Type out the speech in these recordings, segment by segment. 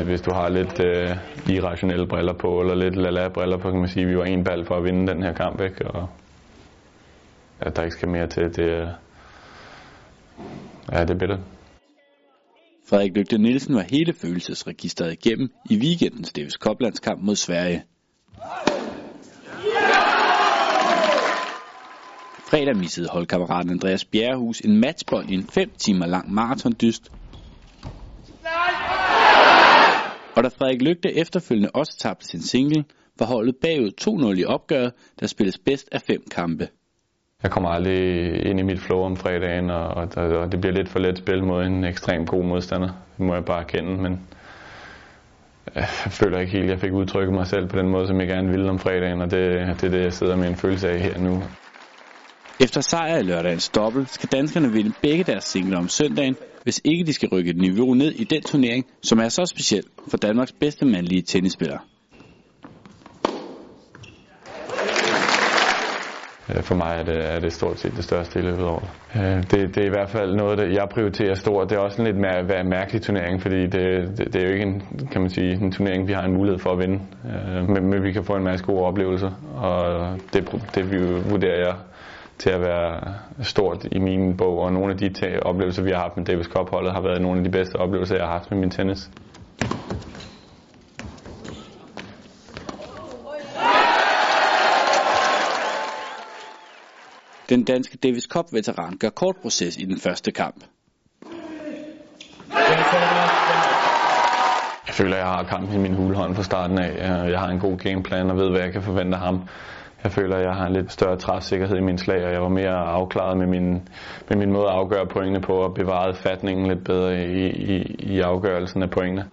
hvis du har lidt irrationelle briller på, eller lidt lala-briller på, kan man sige, at vi var en bal for at vinde den her kamp, ikke? Og at der ikke skal mere til, det er bittert. Frederik Lygte Nielsen var hele følelsesregisteret igennem i weekendens Davis Cup-landskamp mod Sverige. Fredag missede holdkammeraten Andreas Bjerrehus en matchbold i en 5 timer lang maratondyst. Og da Frederik Lygte efterfølgende også tabte sin single, var holdet bagud 2-0 i opgøret, der spilles bedst af 5 kampe. Jeg kommer aldrig ind i mit flow om fredagen, og det bliver lidt for let spil mod en ekstremt god modstander. Det må jeg bare erkende, men jeg føler ikke helt, at jeg fik udtrykket mig selv på den måde, som jeg gerne ville om fredagen, og det er det, jeg sidder med en følelse af her nu. Efter sejr i lørdagens dobbelt skal danskerne vinde begge deres singler om søndagen, hvis ikke de skal rykke et niveau ned i den turnering, som er så speciel for Danmarks bedste mandlige tennisspiller. For mig er det stort set det største i løbet af året. Det er i hvert fald noget, jeg prioriterer stort. Det er også en lidt mærkelig turnering, fordi det er jo ikke en turnering, vi har en mulighed for at vinde. Men vi kan få en masse gode oplevelser, og det vurderer jeg til at være stort i min bog. Og nogle af de oplevelser, vi har haft med Davis Cup-holdet, har været nogle af de bedste oplevelser, jeg har haft med min tennis. Den danske Davis Cup-veteran gør kort proces i den første kamp. Jeg føler, at jeg har kampen i min hulehånd fra starten af. Jeg har en god gameplan og ved, hvad jeg kan forvente af ham. Jeg føler, at jeg har en lidt større træfsikkerhed i min slag, og jeg var mere afklaret med min måde at afgøre pointene på, og bevarede fatningen lidt bedre i afgørelsen af pointene.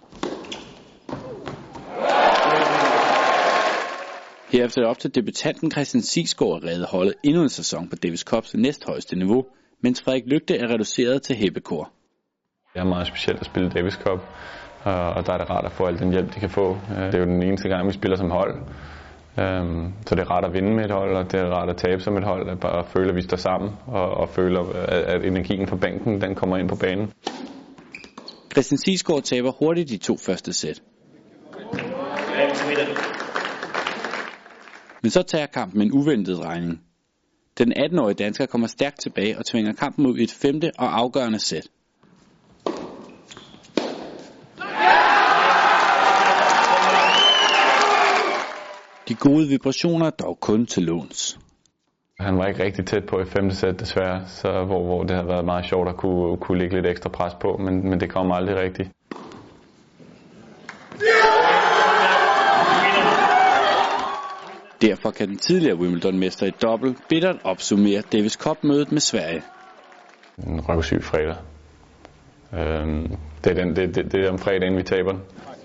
Herefter er det op til debutanten Christian Sigsgaard at redde holdet endnu en sæson på Davis Cups næsthøjeste niveau, mens Frederik Lygte er reduceret til heppekor. Det er meget specielt at spille Davis Cup, og der er det rart at få al den hjælp, de kan få. Det er jo den eneste gang, vi spiller som hold. Så det er rart at vinde med et hold, og det er rart at tabe som et hold, at bare føle, at vi står sammen, og føle, at energien fra bænken den kommer ind på banen. Christian Sigsgaard taber hurtigt de 2 første sæt. Men så tager kampen en uventet regning. Den 18-årige dansker kommer stærkt tilbage og tvinger kampen ud i et 5. og afgørende sæt. De gode vibrationer er dog kun til låns. Han var ikke rigtig tæt på i 5. sæt desværre, så hvor det havde været meget sjovt at kunne lægge lidt ekstra pres på, men det kom aldrig rigtigt. Derfor kan den tidligere Wimbledon-mester i double bittert opsummere Davis Cup-mødet med Sverige. En røvsyg fredag. Det er om fredagen, vi taber den.